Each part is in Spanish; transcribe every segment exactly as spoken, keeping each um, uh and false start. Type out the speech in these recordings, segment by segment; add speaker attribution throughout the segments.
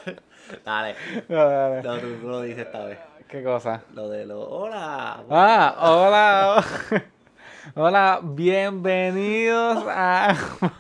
Speaker 1: Dale.
Speaker 2: No, dale.
Speaker 1: No, tú, tú lo dices esta vez.
Speaker 2: ¿Qué cosa?
Speaker 1: Lo de lo. Hola.
Speaker 2: Ah, hola. Hola, bienvenidos a,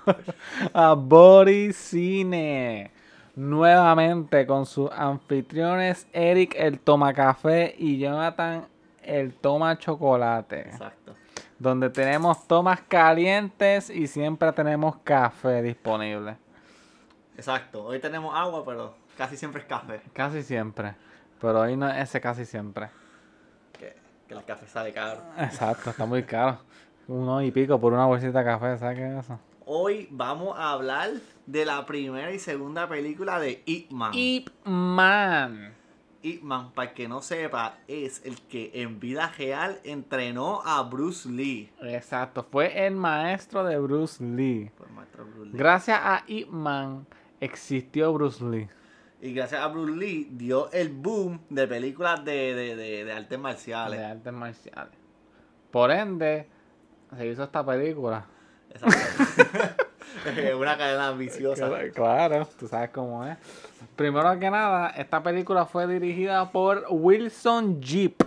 Speaker 2: a Boricine. Nuevamente con sus anfitriones Eric el Toma Café y Jonathan el Toma Chocolate.
Speaker 1: Exacto.
Speaker 2: Donde tenemos tomas calientes y siempre tenemos café disponible.
Speaker 1: Exacto. Hoy tenemos agua, pero casi siempre es café.
Speaker 2: Casi siempre. Pero hoy no es ese casi siempre.
Speaker 1: Que, que el café sale caro.
Speaker 2: Exacto, está muy caro. Uno y pico por una bolsita de café, ¿sabes qué es eso?
Speaker 1: Hoy vamos a hablar de la primera y segunda película de Ip Man.
Speaker 2: Ip Man.
Speaker 1: Ip Man, para el que no sepa, es el que en vida real entrenó a Bruce Lee.
Speaker 2: Exacto, fue el maestro de Bruce Lee.
Speaker 1: Pues maestro Bruce Lee.
Speaker 2: Gracias a Ip Man existió Bruce Lee.
Speaker 1: Y gracias a Bruce Lee dio el boom de películas de, de, de, de artes marciales.
Speaker 2: De artes marciales. Por ende, se hizo esta película.
Speaker 1: Exacto. Una cadena ambiciosa.
Speaker 2: Claro, tú sabes cómo es. Primero que nada, esta película fue dirigida por Wilson Jeep.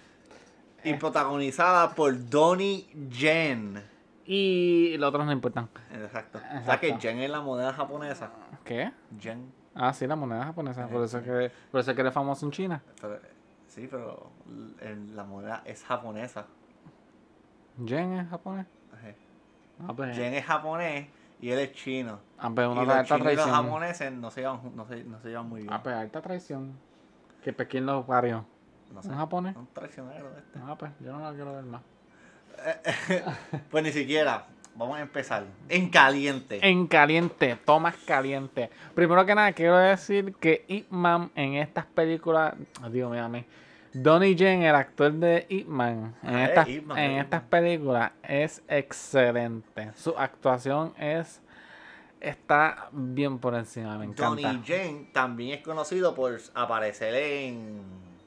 Speaker 1: Y protagonizada por Donnie Yen.
Speaker 2: Y los otros no importan.
Speaker 1: Exacto. O sea
Speaker 2: Exacto.
Speaker 1: que Yen es la moneda japonesa.
Speaker 2: ¿Qué?
Speaker 1: Yen.
Speaker 2: Ah, sí, la moneda japonesa. Por eso es que, por eso es que eres famoso en China.
Speaker 1: Pero, sí, pero el- la moneda es japonesa.
Speaker 2: Yen es japonés.
Speaker 1: Ajá.
Speaker 2: Ah, pues,
Speaker 1: Yen es japonés y él es chino.
Speaker 2: ah, pues
Speaker 1: Y
Speaker 2: una
Speaker 1: los
Speaker 2: alta
Speaker 1: chinos y los
Speaker 2: traición.
Speaker 1: japoneses no se llevan, no se, no se llevan muy bien.
Speaker 2: Ah, pues alta traición. Que Pekín lo parió.
Speaker 1: No sé.
Speaker 2: ¿Un japonés?
Speaker 1: Un traicionero este.
Speaker 2: Ah, pues yo no lo quiero ver más.
Speaker 1: Pues ni siquiera. Vamos a empezar. En caliente.
Speaker 2: En caliente, tomas caliente. Primero que nada, quiero decir que Ip Man en estas películas. Dios mío, a mí. Donnie Yen, el actor de Ip Man, en,
Speaker 1: Ah,
Speaker 2: estas,
Speaker 1: Ip Man,
Speaker 2: en
Speaker 1: Ip
Speaker 2: estas
Speaker 1: Man.
Speaker 2: películas es excelente. Su actuación es. Está bien por encima, me encanta.
Speaker 1: Donnie Yen también es conocido por aparecer en.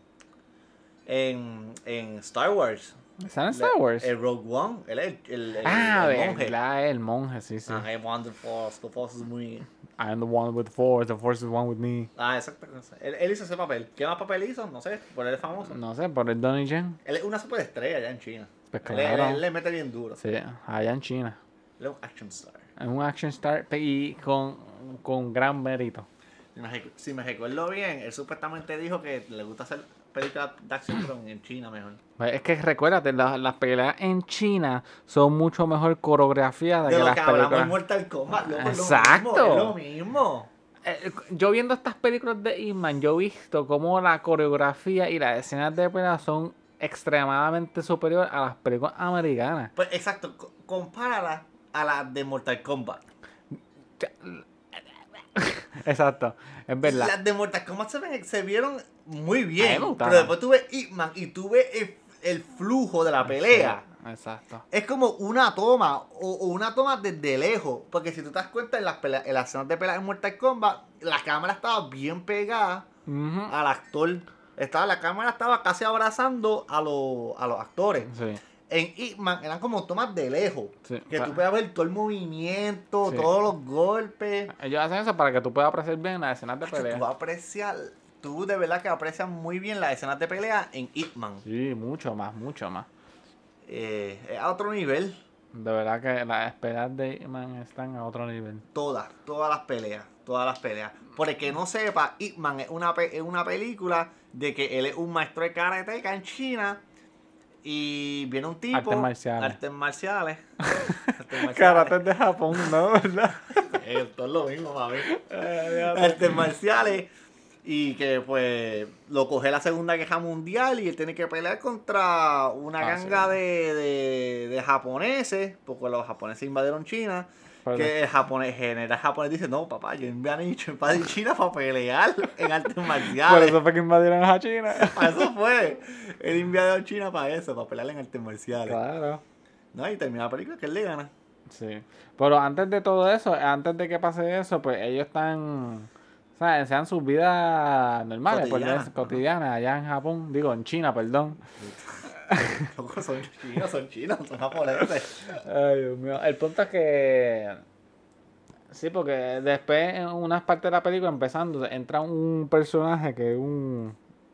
Speaker 1: En, en Star Wars.
Speaker 2: ¿Está en Star Wars?
Speaker 1: El Rogue One. Él es el, el, el,
Speaker 2: ah,
Speaker 1: el monje.
Speaker 2: verdad, el monje, sí, sí.
Speaker 1: Ah, I want the Force. The Force is muy.
Speaker 2: I am the one with the force, the force is one with me.
Speaker 1: Ah, exacto. Él, él hizo ese papel. ¿Qué más papel hizo? No sé. Por él es famoso.
Speaker 2: No sé, por el Donnie Yen.
Speaker 1: Él es una superestrella allá en China.
Speaker 2: Pues
Speaker 1: Él, él-
Speaker 2: claro.
Speaker 1: él le mete bien duro.
Speaker 2: Sí, allá en China.
Speaker 1: Él es un action star.
Speaker 2: Es un action star y con, con gran mérito.
Speaker 1: Si me, recu- si me recuerdo bien, él supuestamente dijo que le gusta hacer películas de acción, pero en China mejor.
Speaker 2: Pues es que recuérdate, la- las peleas en China son mucho mejor coreografiadas
Speaker 1: De
Speaker 2: que
Speaker 1: lo
Speaker 2: las
Speaker 1: que hablamos en
Speaker 2: películas.
Speaker 1: Mortal Kombat, loco, es lo
Speaker 2: Exacto.
Speaker 1: mismo, es lo mismo.
Speaker 2: Eh, yo viendo estas películas de Ip Man, yo he visto cómo la coreografía y las escenas de pelea son extremadamente superiores a las películas americanas.
Speaker 1: Pues exacto, co- compárala a las de Mortal Kombat.
Speaker 2: Exacto, es verdad.
Speaker 1: Las de Mortal Kombat se, ven- se vieron muy
Speaker 2: A mí
Speaker 1: bien,
Speaker 2: me gustaron.
Speaker 1: pero después tuve Ip Man y tuve el, el flujo de la pelea.
Speaker 2: Sí, exacto.
Speaker 1: Es como una toma, o, o una toma desde lejos. Porque si tú te das cuenta, en las, pelea- en las escenas de pelea en Mortal Kombat, la cámara estaba bien pegada
Speaker 2: Ujú.
Speaker 1: al actor. Estaba, la cámara estaba casi abrazando a, los a los actores.
Speaker 2: Sí.
Speaker 1: En Ip Man eran como tomas de lejos.
Speaker 2: Sí,
Speaker 1: Que
Speaker 2: pa-
Speaker 1: tú puedes ver todo el movimiento,
Speaker 2: Sí.
Speaker 1: todos los golpes.
Speaker 2: Ellos hacen eso para que tú puedas apreciar bien las escenas de
Speaker 1: Macho,
Speaker 2: pelea.
Speaker 1: Tú aprecias, tú de verdad que aprecias muy bien las escenas de pelea en Ip Man.
Speaker 2: Sí, mucho más, mucho más.
Speaker 1: Eh, es a otro nivel.
Speaker 2: De verdad que las peleas de Ip Man están a otro nivel.
Speaker 1: Todas, todas las peleas, todas las peleas. Por el que no sepa, Ip Man es una, pe- es una película de que él es un maestro de karateka en China y viene un tipo...
Speaker 2: Artes marciales.
Speaker 1: Artes marciales. Artes marciales.
Speaker 2: Karate de Japón, ¿no? ¿Verdad?
Speaker 1: Esto es lo mismo, mami. Artes marciales. Y que pues lo coge la Segunda Guerra Mundial y él tiene que pelear contra una
Speaker 2: Ah,
Speaker 1: ganga
Speaker 2: sí.
Speaker 1: de, de, de japoneses, porque los japoneses invadieron China.
Speaker 2: Pero-
Speaker 1: Que el japonés, general japonés dice, no papá, yo invadí invadí China para pelear en artes
Speaker 2: Por
Speaker 1: marciales.
Speaker 2: eso fue que invadieron a China.
Speaker 1: Para eso fue. Él invadió China para eso, para pelear en artes marciales.
Speaker 2: Claro.
Speaker 1: No, y termina la película que él le gana.
Speaker 2: Sí. Pero antes de todo eso, antes de que pase eso, pues ellos están, ¿sabes? Sean sus vidas normales, por
Speaker 1: Cotidianas,
Speaker 2: decir, cotidianas, allá en Japón, digo, en China, perdón.
Speaker 1: Loco, son chinos, son chinos, son japoneses.
Speaker 2: Ay, Dios mío. El punto es que Sí, porque después en unas partes de la película empezando entra un personaje que es un,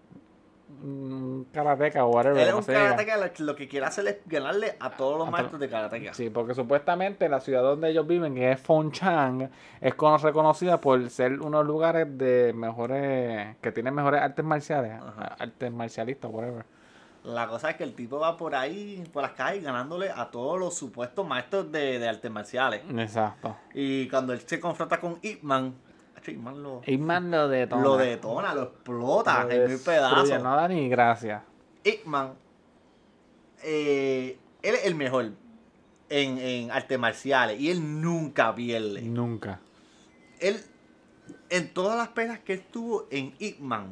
Speaker 2: un karateca o whatever.
Speaker 1: Él es
Speaker 2: como
Speaker 1: un
Speaker 2: se diga.
Speaker 1: karateka, lo, lo que quiere hacer es ganarle a todos los
Speaker 2: A to-
Speaker 1: maestros de karateka.
Speaker 2: Sí, porque supuestamente la ciudad donde ellos viven, que es Fengchang, es cono- reconocida por ser unos lugares de mejores, que tienen mejores artes marciales,
Speaker 1: Ajá.
Speaker 2: artes marcialistas, whatever.
Speaker 1: La cosa es que el tipo va por ahí, por las calles, ganándole a todos los supuestos maestros de, de artes marciales.
Speaker 2: Exacto.
Speaker 1: Y cuando él se confronta con Ip Man, acho, Ip Man lo,
Speaker 2: Ip Man lo detona.
Speaker 1: lo detona, lo explota
Speaker 2: Lo
Speaker 1: en mil
Speaker 2: destruye,
Speaker 1: pedazos.
Speaker 2: no da ni gracia.
Speaker 1: Ip Man, eh, él es el mejor en, en artes marciales y él nunca pierde.
Speaker 2: Nunca.
Speaker 1: Él, en todas las peleas que estuvo en Ip Man,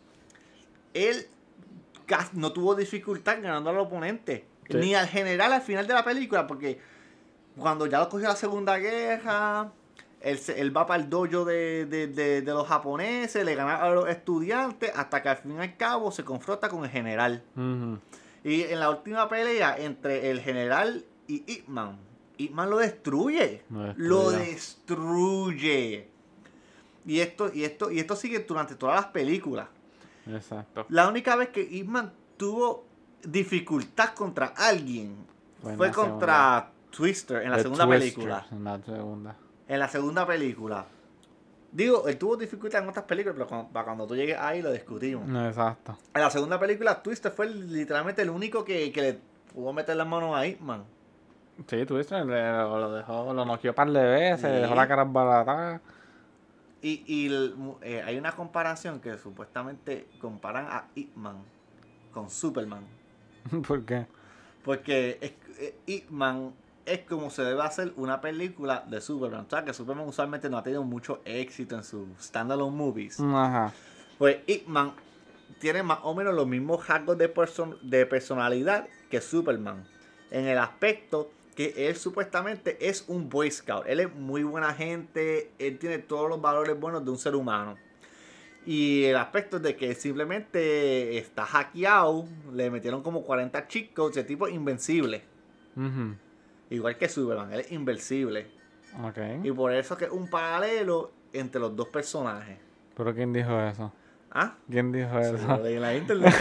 Speaker 1: él casi no tuvo dificultad ganando al oponente.
Speaker 2: Sí.
Speaker 1: Ni al general al final de la película, porque cuando ya lo cogió la Segunda Guerra, él, se- él va para el dojo de, de- de- de los japoneses, le gana a los estudiantes, hasta que al fin y al cabo se confronta con el general.
Speaker 2: Ujú.
Speaker 1: Y en la última pelea entre el general y Ip Man, Ip Man lo destruye.
Speaker 2: Lo destruye.
Speaker 1: Lo destruye. Y esto, y esto, y esto sigue durante todas las películas.
Speaker 2: Exacto.
Speaker 1: La única vez que Ip Man tuvo dificultad contra alguien
Speaker 2: Fue en
Speaker 1: fue
Speaker 2: la
Speaker 1: contra Twister en la
Speaker 2: The
Speaker 1: segunda
Speaker 2: Twisters,
Speaker 1: película.
Speaker 2: En la segunda.
Speaker 1: En la segunda película. Digo, él tuvo dificultad en otras películas, pero cuando, para cuando tú llegues ahí lo discutimos.
Speaker 2: Exacto.
Speaker 1: En la segunda película, Twister fue literalmente el único que, que le pudo meter las manos a Ip Man.
Speaker 2: Sí, Twister le- lo, lo dejó, lo noqueó un par de veces,
Speaker 1: Sí.
Speaker 2: le dejó la cara baratada.
Speaker 1: Y, y el- eh, hay una comparación que supuestamente comparan a Ip Man con Superman.
Speaker 2: ¿Por qué?
Speaker 1: Porque es, eh, Ip Man es como se debe hacer una película de Superman. O sea, que Superman usualmente no ha tenido mucho éxito en sus standalone movies.
Speaker 2: Ajá.
Speaker 1: Pues Ip Man tiene más o menos los mismos rasgos de, person- de personalidad que Superman. En el aspecto que él supuestamente es un Boy Scout. Él es muy buena gente. Él tiene todos los valores buenos de un ser humano. Y el aspecto es de que simplemente está hackeado. Le metieron como cuarenta chicos. Ese tipo es invencible.
Speaker 2: Ujú.
Speaker 1: Igual que Superman. Él es invencible.
Speaker 2: Ok.
Speaker 1: Y por eso que es un paralelo entre los dos personajes.
Speaker 2: ¿Pero quién dijo eso?
Speaker 1: ¿Ah?
Speaker 2: ¿Quién dijo
Speaker 1: Sí,
Speaker 2: eso?
Speaker 1: lo leí en la internet.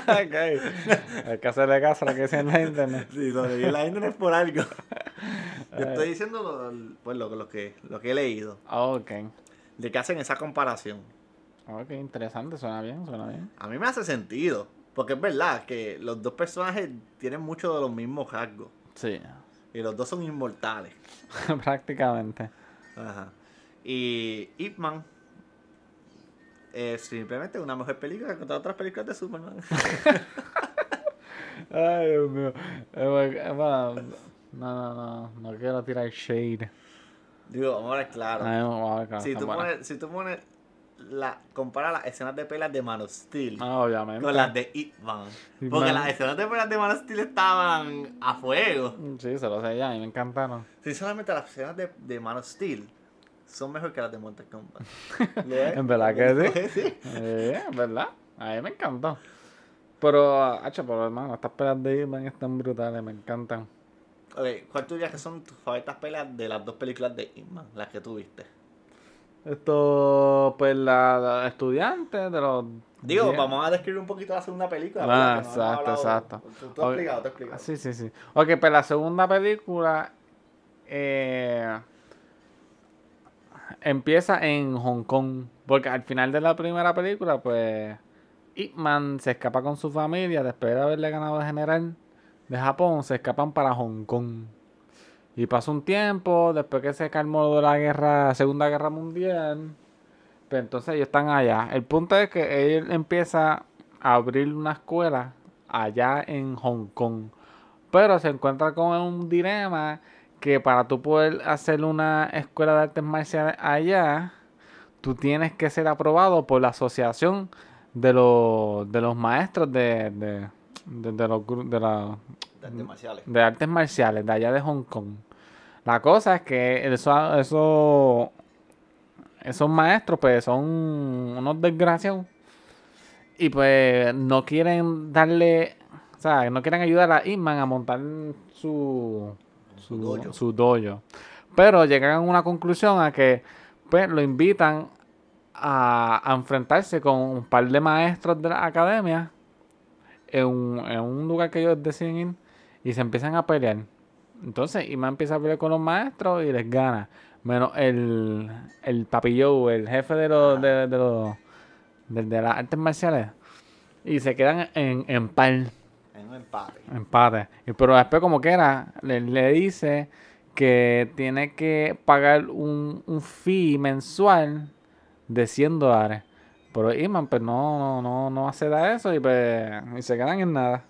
Speaker 2: Ok. Hay que hacerle caso a lo que dice en la internet.
Speaker 1: Sí, lo leí en la internet por algo. Yo estoy diciendo lo, pues, lo, lo que, lo que he leído.
Speaker 2: Ok.
Speaker 1: De que hacen esa comparación.
Speaker 2: Ok, interesante. Suena bien, suena bien.
Speaker 1: A mí me hace sentido. Porque es verdad que los dos personajes tienen muchos de los mismos rasgos.
Speaker 2: Sí.
Speaker 1: Y los dos son inmortales.
Speaker 2: Prácticamente.
Speaker 1: Ajá. Y Ip Man es simplemente una mejor película que todas otras películas de Superman.
Speaker 2: Ay, Dios mío. Eh, bueno, eh, bueno, no, no, no. No quiero tirar shade.
Speaker 1: Digo, vamos a ver claro.
Speaker 2: Ay, vamos a ver, claro,
Speaker 1: Si
Speaker 2: está
Speaker 1: tú,
Speaker 2: buena.
Speaker 1: pones, si tú pones la, compara las escenas de pelas de Man of Steel
Speaker 2: Ah, obviamente.
Speaker 1: con las de Ip Man.
Speaker 2: Ip
Speaker 1: Porque
Speaker 2: Man.
Speaker 1: las escenas de pelas de Man of Steel estaban a fuego.
Speaker 2: Sí, se lo sé ya, a mí me encantaron.
Speaker 1: Sinceramente, las escenas de, de Man of Steel son mejor que las de Mortal Kombat. ¿Lo ves?
Speaker 2: ¿En verdad que sí?
Speaker 1: Sí.
Speaker 2: Eh, ¿verdad? A mí me encantó. Pero, hacha, pero hermano, estas pelas de Ip Man están brutales, me encantan.
Speaker 1: Ok, ¿cuál tú dirías que son tus favoritas pelas de las dos películas de Ip Man? Las que tú viste.
Speaker 2: Esto, pues, la, la estudiante de los...
Speaker 1: Digo,
Speaker 2: diez-
Speaker 1: vamos a describir un poquito la segunda película.
Speaker 2: Ah,
Speaker 1: ¿verdad? Que no hemos
Speaker 2: exacto,
Speaker 1: hablado.
Speaker 2: exacto.
Speaker 1: Tú, tú has
Speaker 2: Ok.
Speaker 1: explicado, tú has explicado.
Speaker 2: Sí, sí, sí. Ok, pues la segunda película eh, empieza en Hong Kong. Porque al final de la primera película, pues, Ip Man se escapa con su familia. Después de haberle ganado el general de Japón, se escapan para Hong Kong. Y pasa un tiempo, después que se calmó de la guerra, Segunda Guerra Mundial, pues entonces ellos están allá. El punto es que él empieza a abrir una escuela allá en Hong Kong. Pero se encuentra con un dilema que para tú poder hacer una escuela de artes marciales allá, tú tienes que ser aprobado por la asociación de los, de los maestros de, de, de, de los gru- de la,
Speaker 1: De artes marciales.
Speaker 2: de artes marciales de allá de Hong Kong. La cosa es que eso, eso, esos maestros pues son unos desgraciados y pues no quieren darle, o sea, no quieren ayudar a Ip Man a montar su,
Speaker 1: Su
Speaker 2: su,
Speaker 1: dojo.
Speaker 2: su dojo. Pero llegan a una conclusión a que pues lo invitan a, a enfrentarse con un par de maestros de la academia en un, en un lugar que ellos deciden ir y se empiezan a pelear. Entonces Ima empieza a pelear con los maestros y les gana. Menos el, el Papi Joe, el jefe de los de, de los de, de las artes marciales. Y se quedan en, en par.
Speaker 1: En un empate.
Speaker 2: Empate. Y, pero después como que era, le, le dice que tiene que pagar un, un fee mensual de cien dólares. Pero Iman pues no, no, no, no hace da eso y pues y se quedan en nada.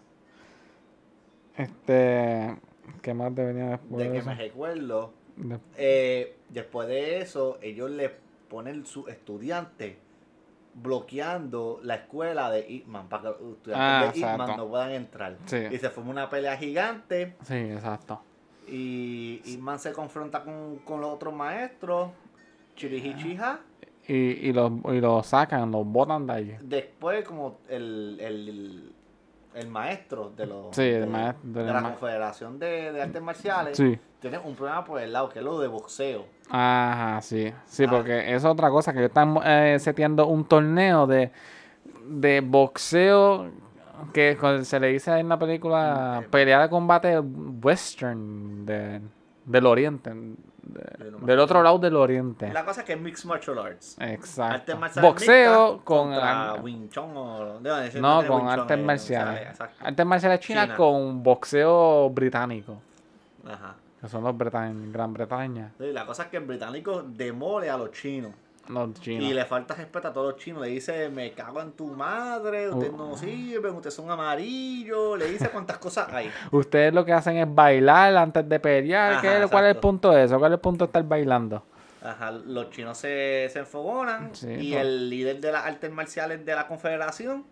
Speaker 2: Este, ¿qué más debería después
Speaker 1: De
Speaker 2: de
Speaker 1: que
Speaker 2: eso?
Speaker 1: me recuerdo,
Speaker 2: De-
Speaker 1: eh, después de eso, ellos le ponen sus estudiantes bloqueando la escuela de Hitman para que los estudiantes
Speaker 2: Ah,
Speaker 1: de Hitman
Speaker 2: exacto.
Speaker 1: no puedan entrar.
Speaker 2: Sí.
Speaker 1: Y se forma una pelea gigante
Speaker 2: Sí, exacto.
Speaker 1: y Hitman se confronta con, con los otros maestros, Chirihichiha.
Speaker 2: Y, y los y los sacan, los botan de allí.
Speaker 1: Después como el, el, el maestro de, los,
Speaker 2: Sí, el
Speaker 1: de,
Speaker 2: maestro
Speaker 1: de
Speaker 2: del
Speaker 1: la
Speaker 2: ma-
Speaker 1: Confederación de, de Artes Marciales
Speaker 2: Sí.
Speaker 1: tiene un problema por el lado, que es lo de boxeo.
Speaker 2: Ajá, sí. Sí,
Speaker 1: Ah.
Speaker 2: porque es otra cosa, que ellos están eh, seteando un torneo de, de boxeo que con- se le dice en la película
Speaker 1: Mm, eh.
Speaker 2: pelea de combate western de, del oriente, de-
Speaker 1: Yo no me
Speaker 2: del otro
Speaker 1: acuerdo.
Speaker 2: lado del oriente.
Speaker 1: La cosa es que es Mixed Martial Arts.
Speaker 2: Exacto.
Speaker 1: Artes marciales
Speaker 2: Boxeo
Speaker 1: mixtas
Speaker 2: con
Speaker 1: contra
Speaker 2: ar-
Speaker 1: Wing Chun o... No, ese
Speaker 2: no,
Speaker 1: tiene
Speaker 2: con
Speaker 1: Wing Chun,
Speaker 2: artes
Speaker 1: eh,
Speaker 2: marciales.
Speaker 1: o sea, exacto.
Speaker 2: Artes marciales chinas
Speaker 1: China.
Speaker 2: con boxeo británico,
Speaker 1: Ajá.
Speaker 2: que son los Bretaña, Gran Bretaña,
Speaker 1: Sí, la cosa es que el británico demole a los chinos.
Speaker 2: los chinos.
Speaker 1: Y le falta respeto a todos los chinos. Le dice, me cago en tu madre, ustedes
Speaker 2: Uh.
Speaker 1: no sirven, ustedes son amarillos. Le dice cuántas cosas hay.
Speaker 2: Ustedes lo que hacen es bailar antes de pelear.
Speaker 1: Ajá,
Speaker 2: ¿Qué- ¿Cuál es el
Speaker 1: exacto.
Speaker 2: punto de eso? ¿Cuál es el punto de estar bailando?
Speaker 1: Ajá, los chinos se, se enfogonan
Speaker 2: Sí,
Speaker 1: y
Speaker 2: pues.
Speaker 1: el líder de las artes marciales de la confederación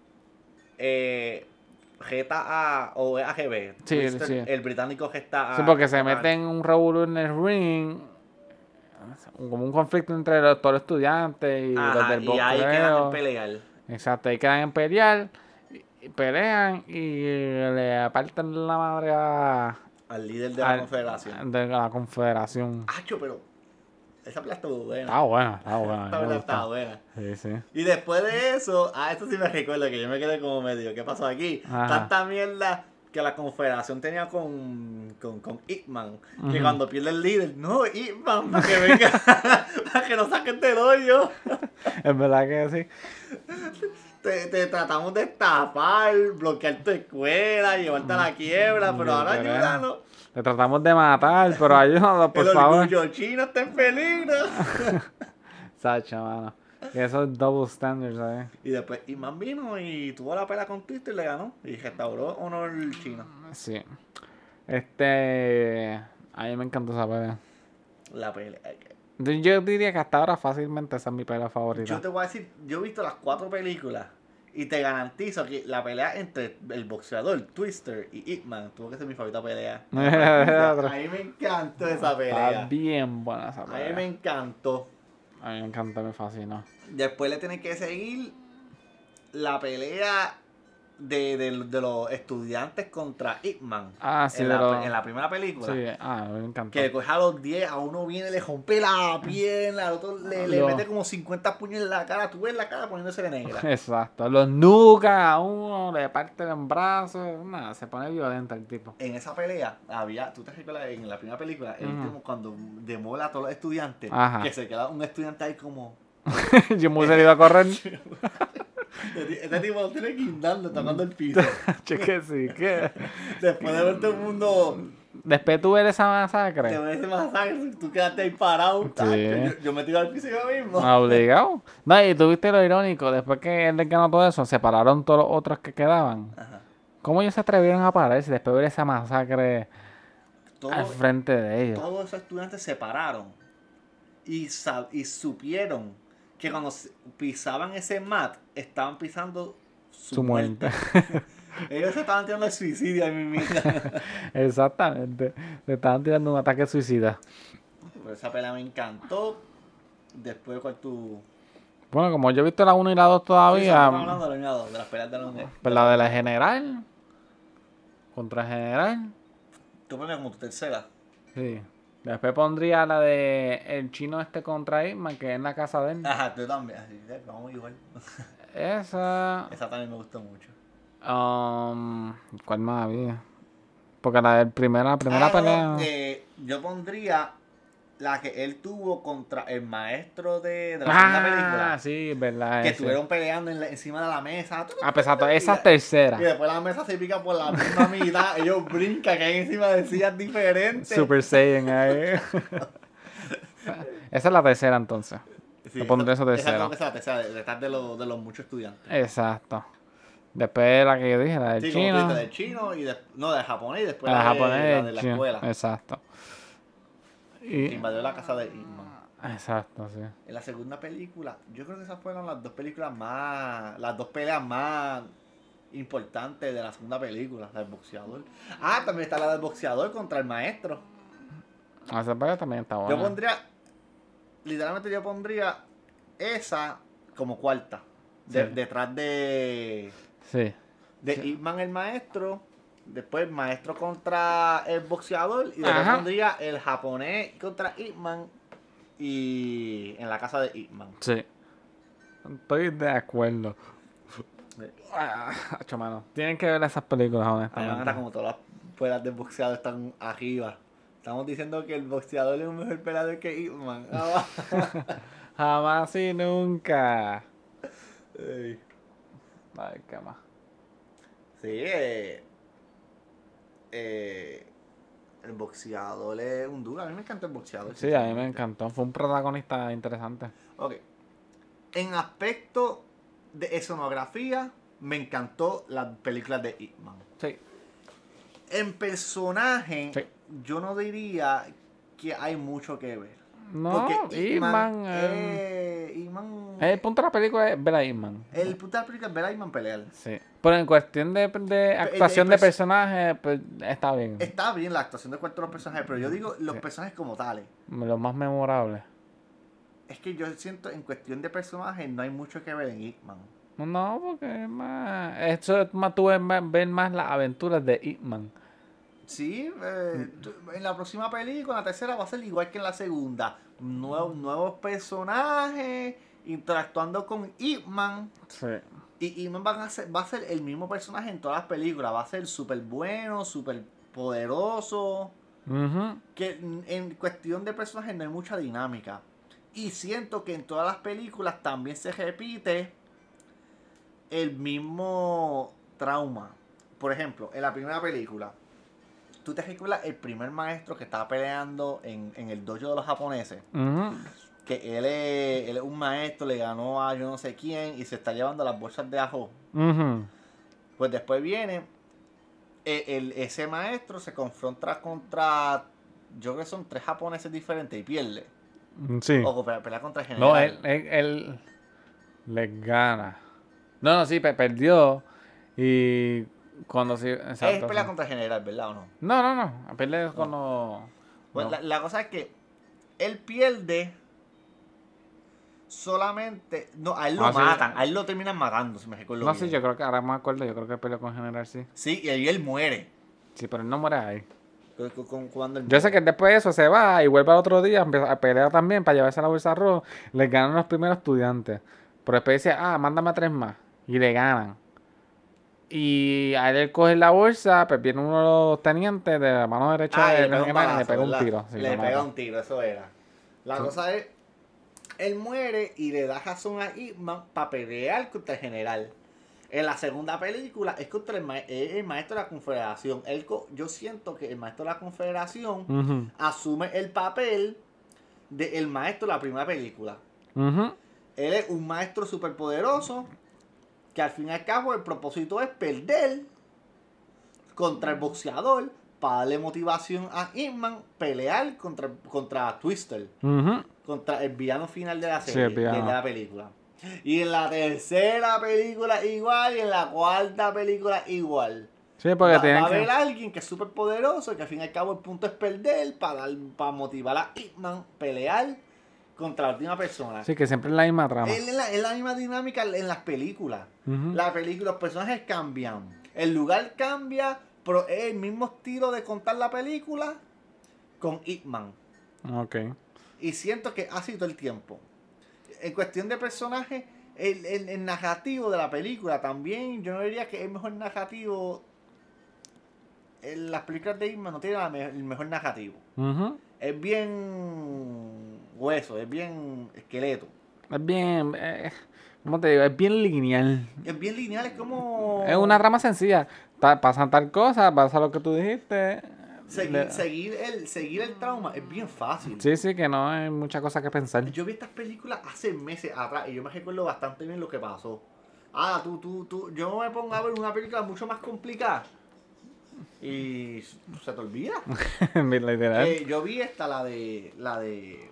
Speaker 1: eh, jeta a o es A G B.
Speaker 2: Sí,
Speaker 1: Twister,
Speaker 2: sí.
Speaker 1: El británico gesta a...
Speaker 2: Sí, porque se
Speaker 1: a-
Speaker 2: meten en un revolú en el ring. Como un conflicto entre los, todos los estudiantes y los
Speaker 1: Ajá,
Speaker 2: del
Speaker 1: y ahí quedan en
Speaker 2: boxeo.
Speaker 1: pelear.
Speaker 2: Exacto, ahí quedan en pelear. y- y pelean y le apartan la madre a,
Speaker 1: Al líder de la
Speaker 2: al-
Speaker 1: confederación.
Speaker 2: de la confederación.
Speaker 1: Acho, pero esa pelea estuvo buena.
Speaker 2: Está buena, está buena.
Speaker 1: Esta
Speaker 2: me
Speaker 1: pelea
Speaker 2: gusta.
Speaker 1: estaba buena.
Speaker 2: Sí, sí.
Speaker 1: Y después de eso, ah, esto sí me recuerdo que yo me quedé como medio, ¿qué pasó aquí?
Speaker 2: Ajá.
Speaker 1: Tanta mierda que la confederación tenía con, con, con Hitman, que
Speaker 2: Ujú.
Speaker 1: cuando pierde el líder, no, Hitman, para que venga, para que nos saquen del hoyo.
Speaker 2: Es verdad que sí.
Speaker 1: Te, te tratamos de estafar, bloquear tu escuela, llevarte a la quiebra, pero ahora
Speaker 2: Literal.
Speaker 1: ayúdanos.
Speaker 2: Le tratamos de matar, pero ayúdanos, por
Speaker 1: El
Speaker 2: favor.
Speaker 1: orgullo chino está en peligro.
Speaker 2: Sacha, mano. Y esos double standards, ¿sabes?
Speaker 1: Y después Hitman vino y tuvo la pelea con Twister y le ganó. Y restauró honor chino.
Speaker 2: Sí. Este. A mí me encantó esa pelea.
Speaker 1: La pelea.
Speaker 2: Yo diría que hasta ahora fácilmente esa es mi pelea favorita.
Speaker 1: Yo te voy a decir, yo he visto las cuatro películas y te garantizo que la pelea entre el boxeador, Twister y Hitman tuvo que ser mi favorita pelea. A mí me encantó esa
Speaker 2: Está
Speaker 1: pelea.
Speaker 2: bien buena esa
Speaker 1: A mí
Speaker 2: pelea.
Speaker 1: me encantó.
Speaker 2: A mí me encanta, me fascinó.
Speaker 1: Después le tienen que seguir la pelea de, de, de los estudiantes contra Hitman.
Speaker 2: Ah, sí,
Speaker 1: en,
Speaker 2: de
Speaker 1: la,
Speaker 2: los-
Speaker 1: en la primera película.
Speaker 2: Sí, ah, me encantó.
Speaker 1: Que coge a los diez, a uno viene, le rompe la pierna, al otro le, le
Speaker 2: Lo-
Speaker 1: mete como cincuenta puños en la cara. Tú ves la cara poniéndose de negra.
Speaker 2: Exacto. Los nuca a uno, le parten en brazos. Nada, se pone violento el tipo.
Speaker 1: En esa pelea había, tú te recuerdas en la primera película, el
Speaker 2: Ujú.
Speaker 1: último cuando demola a todos los estudiantes,
Speaker 2: Ajá.
Speaker 1: que se queda un estudiante ahí como,
Speaker 2: Yo me hubiese ido a correr.
Speaker 1: este tipo lo tiene guindando, tocando el piso.
Speaker 2: Che, que sí, que.
Speaker 1: Después de ver todo el mundo,
Speaker 2: Después tú ver esa
Speaker 1: te
Speaker 2: masacre.
Speaker 1: ves ese masacre, tú quedaste ahí parado, tacho, yo, yo me tiro al piso yo mismo.
Speaker 2: Obligado. No, y tuviste lo irónico. Después que él les ganó todo eso, se pararon todos los otros que quedaban.
Speaker 1: Ajá.
Speaker 2: ¿Cómo ellos se atrevieron a pararse después de ver esa masacre
Speaker 1: Todo-
Speaker 2: al frente de ellos?
Speaker 1: todos esos estudiantes se pararon y, sab- y supieron que cuando se- pisaban ese mat, estaban pisando su,
Speaker 2: Su muerte.
Speaker 1: Ellos se estaban tirando el suicidio a mí misma.
Speaker 2: Exactamente. Le estaban tirando un ataque suicida.
Speaker 1: Pero esa pelea me encantó. Después, ¿cuál tú...?
Speaker 2: Bueno, como yo he visto la uno y la dos
Speaker 1: Sí,
Speaker 2: todavía,
Speaker 1: estamos hablando de la unidad dos, de las peleas de la unidad.
Speaker 2: pues la de la general. Contra general.
Speaker 1: Tú pones como tu tercera.
Speaker 2: Sí. Después pondría la de el chino este contra Isman, que es en la casa de él.
Speaker 1: Ajá, tú también. Así, vamos igual.
Speaker 2: Esa.
Speaker 1: Esa también me gustó mucho.
Speaker 2: Um, ¿Cuál más había? Porque la del primera, la primera
Speaker 1: Ah,
Speaker 2: pelea.
Speaker 1: no, eh, yo pondría la que él tuvo contra el maestro de, de la segunda
Speaker 2: Ah,
Speaker 1: película.
Speaker 2: sí, verdad.
Speaker 1: Que
Speaker 2: ese.
Speaker 1: estuvieron peleando en la- encima de la mesa.
Speaker 2: A pesar de esa
Speaker 1: Y
Speaker 2: es tercera.
Speaker 1: después la mesa se pica por la misma mitad. Ellos brincan, que hay encima de sillas diferentes.
Speaker 2: Super Saiyan ahí. Esa es la tercera entonces.
Speaker 1: Sí,
Speaker 2: Yo pondré esa
Speaker 1: Esa
Speaker 2: tercera.
Speaker 1: creo que es la tercera, de- detrás de, los de los muchos estudiantes.
Speaker 2: Exacto. Después la que yo dije, la del
Speaker 1: Sí, como tú
Speaker 2: chino.
Speaker 1: dices, del chino y de, no, del japonés y después
Speaker 2: La
Speaker 1: la, de,
Speaker 2: japonés y
Speaker 1: la
Speaker 2: el
Speaker 1: de la
Speaker 2: chino.
Speaker 1: escuela.
Speaker 2: Exacto.
Speaker 1: Que
Speaker 2: Y...
Speaker 1: invadió la casa de Isman.
Speaker 2: Exacto, sí.
Speaker 1: En la segunda película, yo creo que esas fueron las dos películas más, las dos peleas más importantes de la segunda película, la del boxeador. Ah, también está la del boxeador contra el maestro.
Speaker 2: Esa pelea también está buena.
Speaker 1: Yo pondría, literalmente yo pondría esa como cuarta, de-
Speaker 2: Sí.
Speaker 1: detrás de,
Speaker 2: Sí.
Speaker 1: de
Speaker 2: Sí.
Speaker 1: Ip Man el maestro, después maestro contra el boxeador y después
Speaker 2: Ajá.
Speaker 1: pondría el japonés contra Ip Man y en la casa de Ip Man.
Speaker 2: Sí. Estoy de acuerdo.
Speaker 1: Sí.
Speaker 2: Ah, acho, mano. Tienen que ver esas películas,
Speaker 1: A mí me encanta
Speaker 2: honestamente.
Speaker 1: como todas las peleas del boxeador están arriba. Estamos diciendo que el boxeador es un mejor peleador que Ip Man. Ah,
Speaker 2: Jamás y nunca.
Speaker 1: Ey.
Speaker 2: Ay, qué más.
Speaker 1: Sí, eh, eh, el boxeador es un duro. A mí me encanta el boxeador.
Speaker 2: Sí, a mí me
Speaker 1: sinceramente.
Speaker 2: encantó. Fue un protagonista interesante.
Speaker 1: Ok. En aspecto de escenografía, me encantó las películas de Ip Man.
Speaker 2: Sí.
Speaker 1: En personaje,
Speaker 2: Sí.
Speaker 1: yo no diría que hay mucho que ver.
Speaker 2: No,
Speaker 1: Ip
Speaker 2: Iman.
Speaker 1: eh, Ip Man-
Speaker 2: El punto de la película es ver a Iman.
Speaker 1: el puta de la película es ver a Ip Man pelear.
Speaker 2: Sí. Pero en cuestión de, de actuación de
Speaker 1: pers-
Speaker 2: personaje, pues está bien.
Speaker 1: Está bien la actuación de cuatro de los personajes, pero yo digo los
Speaker 2: Sí.
Speaker 1: personajes como tales.
Speaker 2: Lo más memorable.
Speaker 1: Es que yo siento en cuestión de personajes no hay mucho que ver en Ip Man.
Speaker 2: No, porque es más. Eso es más tú ves más- ver más las aventuras de Ip Man.
Speaker 1: Sí, eh, tú- en la próxima película, en la tercera, va a ser igual que en la segunda. Nuevos, nuevos personajes interactuando con Ip Man.
Speaker 2: Sí.
Speaker 1: Y Ip Man va a, ser, va a ser el mismo personaje en todas las películas. Va a ser súper bueno, súper poderoso.
Speaker 2: Ujú.
Speaker 1: Que en- en cuestión de personajes no hay mucha dinámica. Y siento que en todas las películas también se repite el mismo trauma. Por ejemplo, en la primera película, ¿tú te recuerdas el primer maestro que estaba peleando en, en el dojo de los japoneses?
Speaker 2: Ujú.
Speaker 1: Que él es, él es un maestro, le ganó a yo no sé quién y se está llevando las bolsas de ajo.
Speaker 2: Ujú.
Speaker 1: Pues después viene el, el- ese maestro se confronta contra, yo creo que son tres japoneses diferentes y pierde.
Speaker 2: Sí.
Speaker 1: O pelea, pelea contra el general.
Speaker 2: No, él, él, él les gana. No, no, sí, pe- perdió. Y cuando sí.
Speaker 1: es
Speaker 2: Exacto.
Speaker 1: pelea
Speaker 2: sí.
Speaker 1: contra el general, ¿verdad o no?
Speaker 2: No, no, no. Perdió cuando.
Speaker 1: Pues
Speaker 2: no.
Speaker 1: la, la cosa es que él pierde solamente. No, a él lo
Speaker 2: Ah, sí.
Speaker 1: matan, a él lo terminan matando, si me recuerdo
Speaker 2: No,
Speaker 1: bien.
Speaker 2: sí, yo creo que ahora me acuerdo. Yo creo que peleó con General, sí.
Speaker 1: Sí, y ahí él muere.
Speaker 2: Sí, pero él no muere ahí.
Speaker 1: Cu- cu- cu- Cuando él
Speaker 2: Yo sé que
Speaker 1: muere.
Speaker 2: después de eso se va y vuelve al otro día, empieza a pelear también para llevarse la bolsa de arroz. Le ganan los primeros estudiantes. Pero después dice, ah, mándame a tres más. Y le ganan. Y a él coge la bolsa, pues viene uno de los tenientes de la mano derecha
Speaker 1: Ah, y
Speaker 2: de
Speaker 1: le pega un
Speaker 2: General y le
Speaker 1: balazo,
Speaker 2: pega un
Speaker 1: ¿verdad?
Speaker 2: tiro. Sí,
Speaker 1: le
Speaker 2: lo
Speaker 1: pega
Speaker 2: mata.
Speaker 1: un tiro, eso era. La
Speaker 2: Sí.
Speaker 1: cosa es, él muere y le da razón a Ip Man para pelear contra el general. En la segunda película es contra el, ma- es el maestro de la confederación. Él co- yo siento que el maestro de la confederación
Speaker 2: Ujú,
Speaker 1: asume el papel del maestro de la primera película.
Speaker 2: ujú.
Speaker 1: Él es un maestro superpoderoso que al fin y al cabo el propósito es perder contra el boxeador para darle motivación a Ip Man pelear contra, contra Twister,
Speaker 2: Ujú.
Speaker 1: contra el villano final de la
Speaker 2: Sí,
Speaker 1: serie,
Speaker 2: el villano.
Speaker 1: de la película. Y en la tercera película igual y en la cuarta película igual.
Speaker 2: Sí, porque
Speaker 1: va,
Speaker 2: tienen
Speaker 1: va a
Speaker 2: que...
Speaker 1: haber alguien que es súper poderoso, que al fin y al cabo el punto es perder para, dar, para motivar a Ip Man pelear contra la última persona.
Speaker 2: Sí, que siempre es la misma trama.
Speaker 1: Es la, es la misma dinámica en las películas.
Speaker 2: Ujú.
Speaker 1: La película, los personajes cambian. El lugar cambia, pero es el mismo estilo de contar la película con Ip Man.
Speaker 2: Ok.
Speaker 1: Y siento que así todo el tiempo. En cuestión de personaje, el, el, el narrativo de la película también, yo no diría que es el mejor narrativo. En las películas de Hitman no tiene la me- el mejor narrativo.
Speaker 2: Ujú.
Speaker 1: Es bien hueso, es bien esqueleto.
Speaker 2: Es bien... Eh, ¿cómo te digo? Es bien lineal.
Speaker 1: Es bien lineal, es como...
Speaker 2: Es una trama sencilla. Ta- pasan tal cosa, pasa lo que tú dijiste.
Speaker 1: Seguir,
Speaker 2: Le-
Speaker 1: seguir, el, seguir el trauma es bien fácil.
Speaker 2: Sí, sí, que no hay mucha cosa que pensar.
Speaker 1: Yo vi estas películas hace meses atrás y yo me recuerdo bastante bien lo que pasó. Ah, tú, tú, tú, yo me pongo a ver una película mucho más complicada y se te olvida.
Speaker 2: Literal.
Speaker 1: Eh, yo vi esta, la de, la de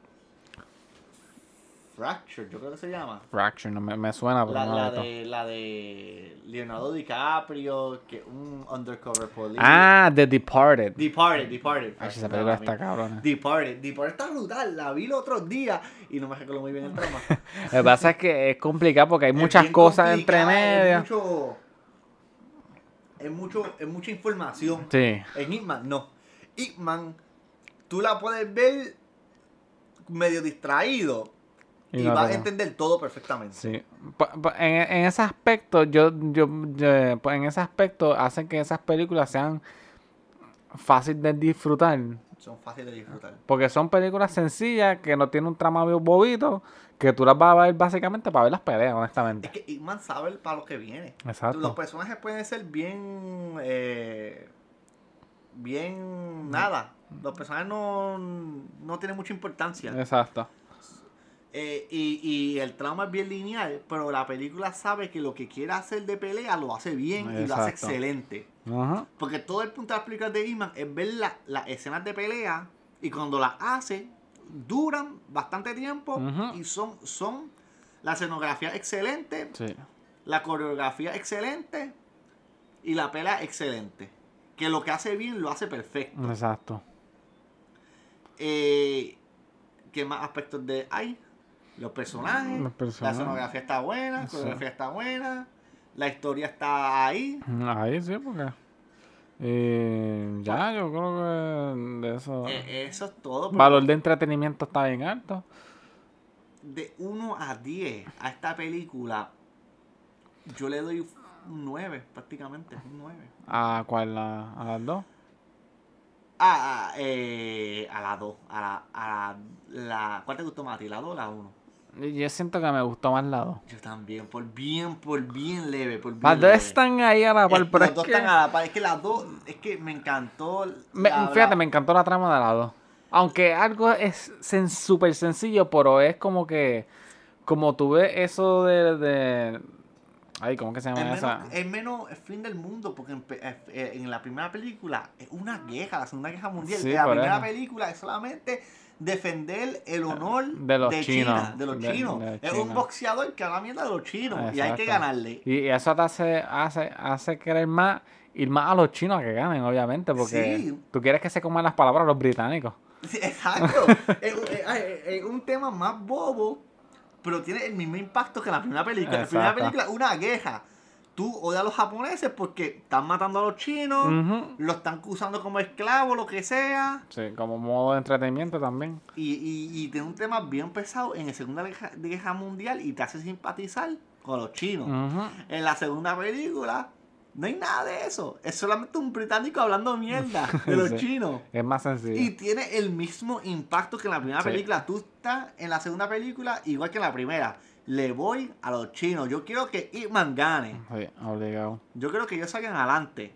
Speaker 1: Fracture, yo creo que se llama.
Speaker 2: Fracture, no me, me suena, pero
Speaker 1: La,
Speaker 2: no
Speaker 1: la,
Speaker 2: la he visto.
Speaker 1: de, la de Leonardo DiCaprio, que un undercover police.
Speaker 2: Ah, The Departed.
Speaker 1: Departed, Departed.
Speaker 2: Ay, esa
Speaker 1: Perdóname.
Speaker 2: película está cabrona.
Speaker 1: Departed, Departed está brutal, la vi el otro día y no me recuerdo muy bien el trama.
Speaker 2: Lo que pasa es que es complicado porque hay
Speaker 1: Es
Speaker 2: muchas
Speaker 1: bien
Speaker 2: cosas entre
Speaker 1: complicada,
Speaker 2: medias.
Speaker 1: Es mucho, es mucho, es mucha información.
Speaker 2: Sí.
Speaker 1: En Hitman, no. Hitman, tú la puedes ver medio distraído
Speaker 2: Y
Speaker 1: y,
Speaker 2: no
Speaker 1: vas a
Speaker 2: te-
Speaker 1: entender todo perfectamente.
Speaker 2: Sí. Pa- pa- En, en ese aspecto, yo, yo, yo- pues en ese aspecto hacen que esas películas sean fáciles de disfrutar.
Speaker 1: Son fáciles de disfrutar.
Speaker 2: Porque son películas sencillas que no tienen un trama bien bobito, que tú las vas a ver básicamente para ver las peleas, honestamente.
Speaker 1: Es que Hitman sabe para lo que viene.
Speaker 2: Exacto.
Speaker 1: Los personajes pueden ser bien. Eh, bien. Nada. Los personajes no, no tienen mucha importancia.
Speaker 2: Exacto.
Speaker 1: Eh, y, y el trauma es bien lineal, pero la película sabe que lo que quiere hacer de pelea lo hace bien y lo hace
Speaker 2: Exacto.
Speaker 1: excelente.
Speaker 2: Ajá.
Speaker 1: Porque todo el punto de las películas de Hitman es ver la- las escenas de pelea y cuando las hace, duran bastante tiempo
Speaker 2: Ujú.
Speaker 1: y son, son la escenografía excelente,
Speaker 2: Sí.
Speaker 1: la coreografía excelente y la pelea excelente. Que lo que hace bien lo hace perfecto.
Speaker 2: Exacto.
Speaker 1: Eh, ¿Qué más aspectos de hay? Los personajes,
Speaker 2: Los personajes.
Speaker 1: la escenografía está buena, la
Speaker 2: Sí.
Speaker 1: coreografía está buena, la historia está ahí.
Speaker 2: Ahí sí, porque... eh, ya, yo creo que de eso...
Speaker 1: Eh, eso es todo. pero
Speaker 2: Valor de entretenimiento está bien alto.
Speaker 1: De uno a diez a esta película, yo le doy un nueve prácticamente, un nueve.
Speaker 2: ¿A cuál? ¿A, a las dos?
Speaker 1: Ah, ah, eh, a la dos, a la, a la, la... ¿Cuál te gustó más a ti, la dos o la uno?
Speaker 2: Yo siento que me gustó más la dos.
Speaker 1: Yo también, por bien, por bien leve, por bien
Speaker 2: Las dos
Speaker 1: leve.
Speaker 2: están ahí a la par,
Speaker 1: Es-
Speaker 2: pero
Speaker 1: las
Speaker 2: es
Speaker 1: dos
Speaker 2: que...
Speaker 1: están a la par, es que las dos, es que me encantó.
Speaker 2: me-
Speaker 1: la-
Speaker 2: fíjate,
Speaker 1: la-
Speaker 2: me encantó la trama de la dos. Aunque algo es sen- súper sencillo, pero es como que... Como tú ves eso de... de ay, ¿cómo que se
Speaker 1: Es
Speaker 2: llama esa?
Speaker 1: menos, es menos el fin del mundo, porque en, pe- eh, en la primera película es una guerra, la Segunda Guerra Mundial.
Speaker 2: Sí,
Speaker 1: la
Speaker 2: por
Speaker 1: primera
Speaker 2: eso.
Speaker 1: película es solamente defender el honor
Speaker 2: De los
Speaker 1: China,
Speaker 2: chinos.
Speaker 1: de los
Speaker 2: De-
Speaker 1: chinos.
Speaker 2: de
Speaker 1: es
Speaker 2: China.
Speaker 1: un boxeador que habla mierda de los chinos y hay que
Speaker 2: Exacto.
Speaker 1: ganarle.
Speaker 2: Y eso te hace, hace, hace querer más, ir más a los chinos a que ganen, obviamente, porque
Speaker 1: Sí.
Speaker 2: tú quieres que se coman las palabras los británicos.
Speaker 1: Sí, exacto. es, un- es- es un tema más bobo, pero tiene el mismo impacto que la primera película. La primera
Speaker 2: Exacto.
Speaker 1: película es una guerra. Tú odias a los japoneses porque están matando a los chinos,
Speaker 2: Ujú.
Speaker 1: los están usando como esclavos, lo que sea.
Speaker 2: Sí, como modo de entretenimiento también.
Speaker 1: Y, y, y tiene un tema bien pesado en la Segunda Guerra, Guerra Mundial y te hace simpatizar con los chinos.
Speaker 2: Ujú.
Speaker 1: En la segunda película no hay nada de eso. Es solamente un británico hablando mierda de los
Speaker 2: Sí.
Speaker 1: chinos.
Speaker 2: Es más sencillo.
Speaker 1: Y tiene el mismo impacto que en la primera
Speaker 2: Sí.
Speaker 1: película. Tú estás en la segunda película igual que en la primera. Le voy a los chinos. Yo quiero que Hitman gane.
Speaker 2: Sí, obligado.
Speaker 1: Yo quiero que ellos salgan adelante.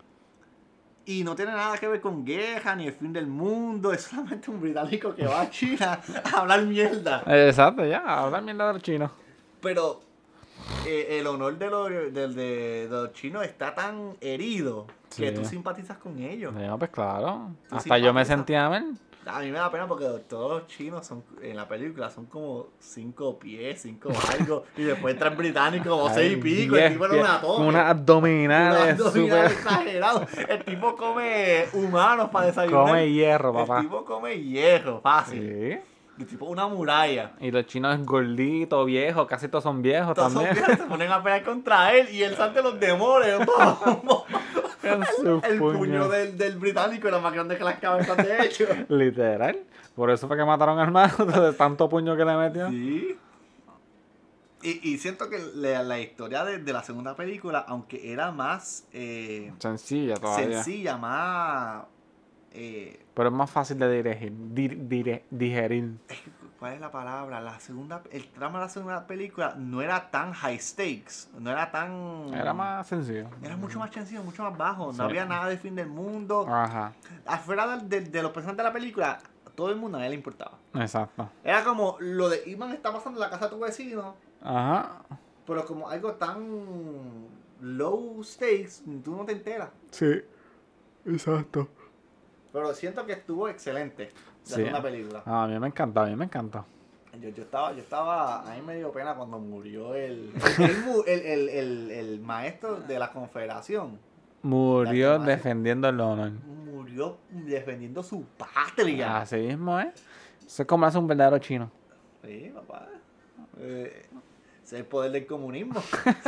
Speaker 1: Y no tiene nada que ver con guerra ni el fin del mundo. Es solamente un británico que va a China a hablar mierda.
Speaker 2: Exacto, ya, hablar mierda de los chinos.
Speaker 1: Pero eh, el honor de los, de, de- de los chinos está tan herido que
Speaker 2: Sí.
Speaker 1: tú simpatizas con ellos.
Speaker 2: No, pues claro.
Speaker 1: Tú
Speaker 2: Hasta yo me
Speaker 1: simpatizas.
Speaker 2: sentía mal.
Speaker 1: A mí me da pena porque todos los chinos son en la película son como cinco pies, cinco algo, y después entra el británico como seis y pico, el tipo era una
Speaker 2: Con
Speaker 1: torre.
Speaker 2: unas abdominales
Speaker 1: Unos
Speaker 2: súper...
Speaker 1: abdominales exagerados. El tipo come humanos para desayunar.
Speaker 2: Come hierro, papá.
Speaker 1: El tipo come hierro, fácil.
Speaker 2: Sí.
Speaker 1: El tipo una muralla.
Speaker 2: Y los chinos es gordito, viejo, casi todos son viejos
Speaker 1: Todos son
Speaker 2: también.
Speaker 1: viejos, se ponen a pelear contra él y él salte los demonios.
Speaker 2: En su
Speaker 1: El puño,
Speaker 2: puño.
Speaker 1: del, del británico era más grande que las cabezas de hecho.
Speaker 2: Literal. Por eso fue que mataron al hermano de tanto puño que le metió.
Speaker 1: Sí. Y, y siento que la, la historia de, de la segunda película, aunque era más eh,
Speaker 2: Sencilla todavía.
Speaker 1: sencilla, más... eh,
Speaker 2: Pero es más fácil de dirigir, dir- dire- digerir.
Speaker 1: ¿Cuál es la palabra? La segunda, el trama de la segunda película no era tan high stakes, no era tan...
Speaker 2: Era más sencillo.
Speaker 1: Era mucho más sencillo, mucho más bajo,
Speaker 2: Sí.
Speaker 1: no había nada de fin del mundo.
Speaker 2: Ajá,
Speaker 1: Afuera de, de, de los personajes de la película, todo el mundo a él le importaba.
Speaker 2: exacto.
Speaker 1: Era como lo de Iman está pasando en la casa de tu vecino,
Speaker 2: Ajá.
Speaker 1: pero como algo tan low stakes, tú no te enteras.
Speaker 2: Sí, exacto.
Speaker 1: Pero siento que estuvo excelente la
Speaker 2: Sí.
Speaker 1: segunda película.
Speaker 2: Ah, a mí me encanta, a mí me encanta.
Speaker 1: Yo, yo estaba, yo estaba, a mí me dio pena cuando murió el, el, mu- el, el, el, el maestro de la confederación.
Speaker 2: Murió
Speaker 1: La que más-
Speaker 2: defendiendo el honor.
Speaker 1: Murió defendiendo su patria.
Speaker 2: Así mismo, ¿eh? Eso es como hace un verdadero chino.
Speaker 1: Sí, papá. Eh, ese es el poder del comunismo.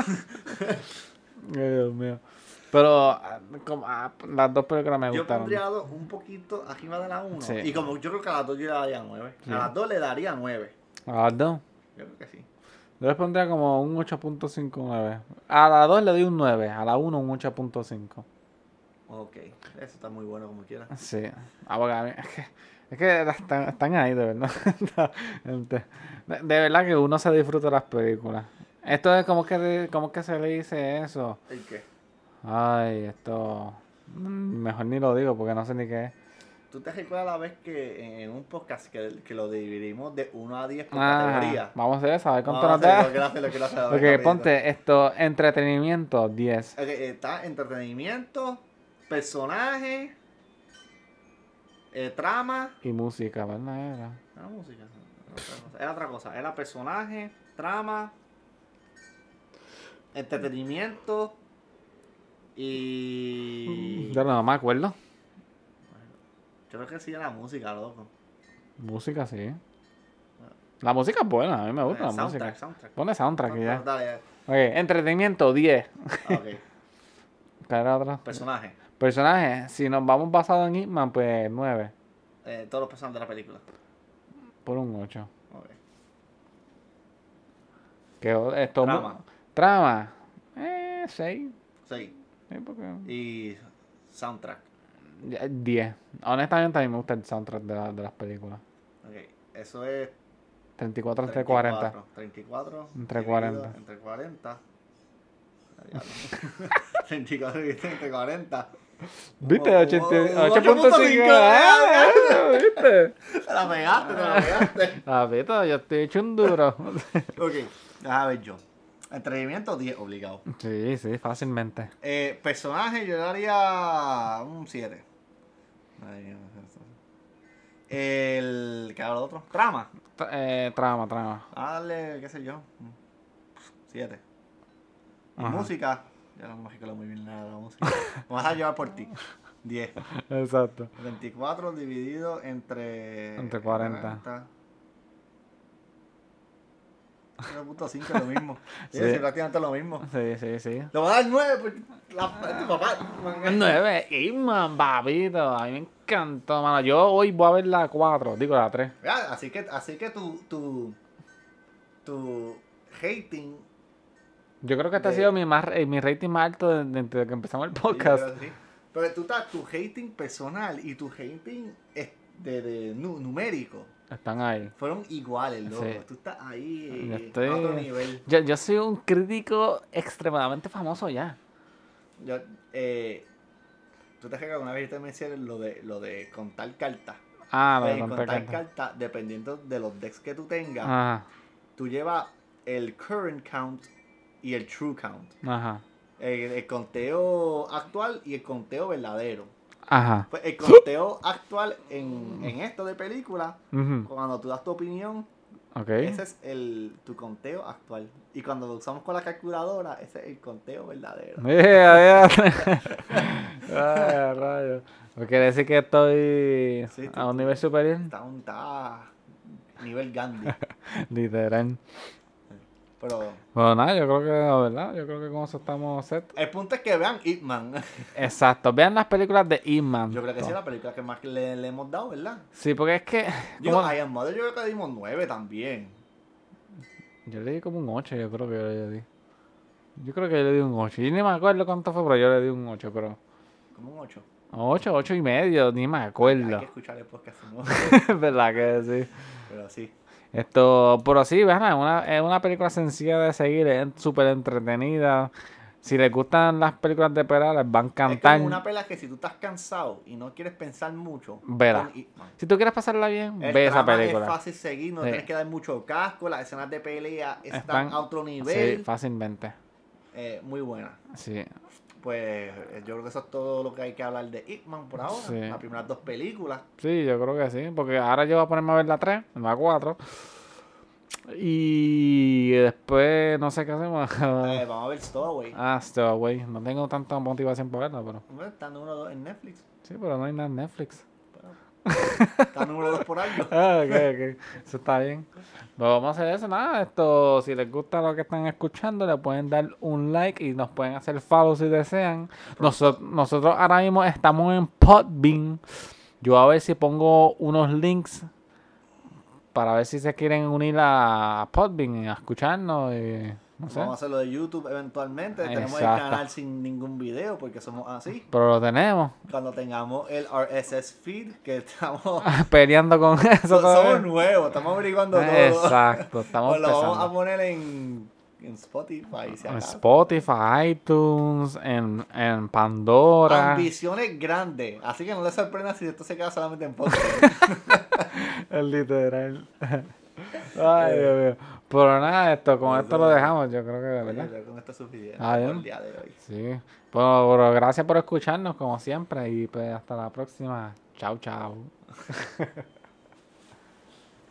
Speaker 2: Ay, Dios mío. Pero ah, como, ah, las dos películas me
Speaker 1: Yo
Speaker 2: gustaron.
Speaker 1: pondría a dos un poquito arriba de la uno.
Speaker 2: Sí.
Speaker 1: Y como yo creo que a las dos yo le daría nueve.
Speaker 2: Sí.
Speaker 1: A las dos le daría nueve.
Speaker 2: A las dos.
Speaker 1: Yo creo que sí.
Speaker 2: Yo les pondría como un ocho punto cinco nueve. A la dos le doy un nueve. A la uno un ocho punto cinco.
Speaker 1: Ok. Eso está muy bueno como quiera.
Speaker 2: Sí. Ah, porque a mí- es que, es que están, están ahí, de verdad. de, de verdad que uno se disfruta de las películas. Esto es como que, como que se le dice eso.
Speaker 1: ¿El qué?
Speaker 2: Ay, esto... mm, Mejor ni lo digo porque no sé ni qué es.
Speaker 1: ¿Tú te recuerdas la vez que en un podcast que, que lo dividimos de uno a diez por
Speaker 2: Ah,
Speaker 1: categoría?
Speaker 2: vamos a hacer eso, a ver cuánto
Speaker 1: Vamos
Speaker 2: nos
Speaker 1: a hacer,
Speaker 2: da.
Speaker 1: lo quiero hacer, lo quiero hacer, a ver,
Speaker 2: Ok,
Speaker 1: rapidito.
Speaker 2: ponte esto, entretenimiento, diez.
Speaker 1: Ok, está entretenimiento, personaje, eh, trama.
Speaker 2: Y música, ¿verdad? Era.
Speaker 1: Era música. Era otra cosa. Era otra cosa. Era personaje, trama, entretenimiento y.
Speaker 2: Yo no me acuerdo.
Speaker 1: Yo creo que sí era música, loco.
Speaker 2: Música, sí. La música es buena, a mí me gusta la
Speaker 1: soundtrack,
Speaker 2: música.
Speaker 1: soundtrack.
Speaker 2: Pone soundtrack y ya.
Speaker 1: Dale,
Speaker 2: Ok, entretenimiento, diez.
Speaker 1: ya. Ok.
Speaker 2: ¿Cuál era otra?
Speaker 1: Personaje.
Speaker 2: Personaje, si nos vamos basado en Hitman, pues nueve.
Speaker 1: Eh, todos los personajes de la película.
Speaker 2: Por un ocho.
Speaker 1: Ok.
Speaker 2: Que o- esto,
Speaker 1: Trama.
Speaker 2: Trama. Eh, seis.
Speaker 1: Sí.
Speaker 2: Sí, porque...
Speaker 1: Y soundtrack.
Speaker 2: ya, diez. Honestamente a mí me gusta el soundtrack de, la- de las películas.
Speaker 1: Ok. Eso es.
Speaker 2: treinta y cuatro entre cuarenta.
Speaker 1: treinta y cuatro.
Speaker 2: Entre
Speaker 1: dividido
Speaker 2: cuarenta.
Speaker 1: Entre cuarenta. treinta y cuatro dividido entre cuarenta.
Speaker 2: ¿Viste?
Speaker 1: Oh,
Speaker 2: ochenta
Speaker 1: oh,
Speaker 2: ocho punto cinco. Ah, ¿viste?
Speaker 1: Te la pegaste, te la pegaste.
Speaker 2: Ah, ¿viste? Yo estoy hecho un duro.
Speaker 1: Ok. Déjame ver yo. Entretenimiento diez, obligado.
Speaker 2: Sí, sí, fácilmente.
Speaker 1: Eh, personaje, yo le daría un siete. El. ¿Qué era lo otro? Trama.
Speaker 2: Tra- eh, trama, trama.
Speaker 1: Dale, qué sé yo. siete. Y
Speaker 2: Ajá.
Speaker 1: música. Ya no me recuerdo muy bien nada de la música. Me vas a llevar por ti. diez.
Speaker 2: Exacto.
Speaker 1: veinticuatro dividido entre.
Speaker 2: Entre cuarenta.
Speaker 1: uno punto cinco es lo mismo. Sí,
Speaker 2: Sí.
Speaker 1: sí, prácticamente lo mismo.
Speaker 2: Sí, sí, sí.
Speaker 1: Le voy a dar nueve porque la, tu papá.
Speaker 2: nueve. Hitman, papito. A mí me encantó, mano. Yo hoy voy a ver la cuatro. Digo la tres.
Speaker 1: Mira, así que, así que tu, tu, tu hating.
Speaker 2: Yo creo que este ha
Speaker 1: De-
Speaker 2: sido mi, más, eh, mi rating más alto desde, desde que empezamos el
Speaker 1: Sí,
Speaker 2: podcast.
Speaker 1: yo creo que sí. Pero tú estás tu hating personal y tu hating es de, de nu- numérico.
Speaker 2: Están ahí.
Speaker 1: Fueron iguales, loco.
Speaker 2: Sí.
Speaker 1: Tú estás ahí
Speaker 2: Yo
Speaker 1: a
Speaker 2: estoy-
Speaker 1: otro nivel.
Speaker 2: Yo, yo soy un crítico extremadamente famoso ya.
Speaker 1: Yo, eh, tú te recuerdas que una vez yo te mencioné lo de, lo de contar cartas.
Speaker 2: Ah,
Speaker 1: Pues,
Speaker 2: me
Speaker 1: en
Speaker 2: conté
Speaker 1: contar
Speaker 2: carta.
Speaker 1: cartas, dependiendo de los decks que tú tengas,
Speaker 2: Ajá,
Speaker 1: tú llevas el current count y el true count.
Speaker 2: ajá,
Speaker 1: El, el conteo actual y el conteo verdadero.
Speaker 2: ajá.
Speaker 1: Pues el conteo actual en, en esto de película,
Speaker 2: Ujú.
Speaker 1: cuando tú das tu opinión,
Speaker 2: Ok.
Speaker 1: ese es el, tu conteo actual. Y cuando lo usamos con la calculadora, ese es el conteo verdadero.
Speaker 2: Mira, mira. Ay, rayos. Pues quiere decir que estoy
Speaker 1: Sí, tú-
Speaker 2: a un nivel superior.
Speaker 1: Está un está nivel Gandhi.
Speaker 2: Literal.
Speaker 1: Pero
Speaker 2: Bueno, nada, yo creo que, la verdad, yo creo que con eso estamos set.
Speaker 1: el punto es que vean Ip Man.
Speaker 2: Exacto, vean las películas de Ip Man.
Speaker 1: Yo creo que sí es la película que más le, le hemos dado, ¿verdad?
Speaker 2: Sí, porque es que...
Speaker 1: Digo,
Speaker 2: como-
Speaker 1: I Am Mother yo creo que le dimos nueve también.
Speaker 2: Yo le di como un ocho, yo creo que yo le di. Yo creo que yo le di un ocho. Yo ni me acuerdo cuánto fue, pero yo le di un ocho, pero...
Speaker 1: Como un ocho.
Speaker 2: ocho, ocho y medio, ni me
Speaker 1: Hay
Speaker 2: acuerdo.
Speaker 1: que escuchar el podcast, ¿no?
Speaker 2: ¿Verdad que sí?
Speaker 1: Pero sí.
Speaker 2: Esto, pero sí, vean, es una, es una película sencilla de seguir, es súper entretenida. Si les gustan las películas de pelear, les van a
Speaker 1: Es
Speaker 2: encantar.
Speaker 1: como una pela que si tú estás cansado y no quieres pensar mucho,
Speaker 2: Verá.
Speaker 1: pon Ip Man.
Speaker 2: Si tú quieres pasarla bien,
Speaker 1: El
Speaker 2: ve esa
Speaker 1: trama
Speaker 2: película.
Speaker 1: es fácil seguir, no
Speaker 2: Sí.
Speaker 1: tienes que dar mucho casco, las escenas de pelea están,
Speaker 2: Están-
Speaker 1: a otro
Speaker 2: Sí,
Speaker 1: nivel.
Speaker 2: fácilmente.
Speaker 1: Eh, muy buena.
Speaker 2: Sí.
Speaker 1: Pues eh, yo creo que eso es todo lo que hay que hablar de Ip Man por ahora.
Speaker 2: Sí.
Speaker 1: Las primeras dos películas.
Speaker 2: Sí, yo creo que sí. Porque ahora yo voy a ponerme a ver la tres, la cuatro. Y después, no sé qué hacemos.
Speaker 1: Eh, vamos a ver Stowaway.
Speaker 2: ah, Stowaway. No tengo tanta motivación para verla, pero.
Speaker 1: Bueno, está número dos en Netflix.
Speaker 2: Sí, pero no hay nada en Netflix.
Speaker 1: Está número dos por algo.
Speaker 2: Ah, ok, ok. Eso está bien. Pues vamos a hacer eso, nada. Esto, si les gusta lo que están escuchando, le pueden dar un like y nos pueden hacer follow si desean. Noso- nosotros ahora mismo estamos en Podbean. Yo a ver si pongo unos links para ver si se quieren unir a Podbean y a escucharnos. Y, no sé.
Speaker 1: Vamos a hacerlo de YouTube eventualmente. Tenemos el
Speaker 2: Exacto.
Speaker 1: canal sin ningún video porque somos así.
Speaker 2: Pero lo tenemos.
Speaker 1: Cuando tengamos el R S S feed, que estamos.
Speaker 2: Peleando con eso.
Speaker 1: so-
Speaker 2: todavía.
Speaker 1: somos nuevos, estamos averiguando todo.
Speaker 2: Exacto, estamos
Speaker 1: Pues lo vamos a
Speaker 2: empezando.
Speaker 1: poner en, en Spotify. Si
Speaker 2: En
Speaker 1: acaso.
Speaker 2: Spotify, iTunes, en, en Pandora.
Speaker 1: Ambiciones grandes. Así que no les sorprenda si esto se queda solamente en podcast.
Speaker 2: Es literal. Ay, Dios mío. Pero nada, esto, con esto lo dejamos, yo creo que,
Speaker 1: Yo
Speaker 2: ¿verdad?
Speaker 1: creo que con esto es suficiente
Speaker 2: Ah,
Speaker 1: por
Speaker 2: bien.
Speaker 1: el día de hoy.
Speaker 2: Sí. Pero, pero gracias por escucharnos, como siempre, y pues hasta la próxima. Chao, chao.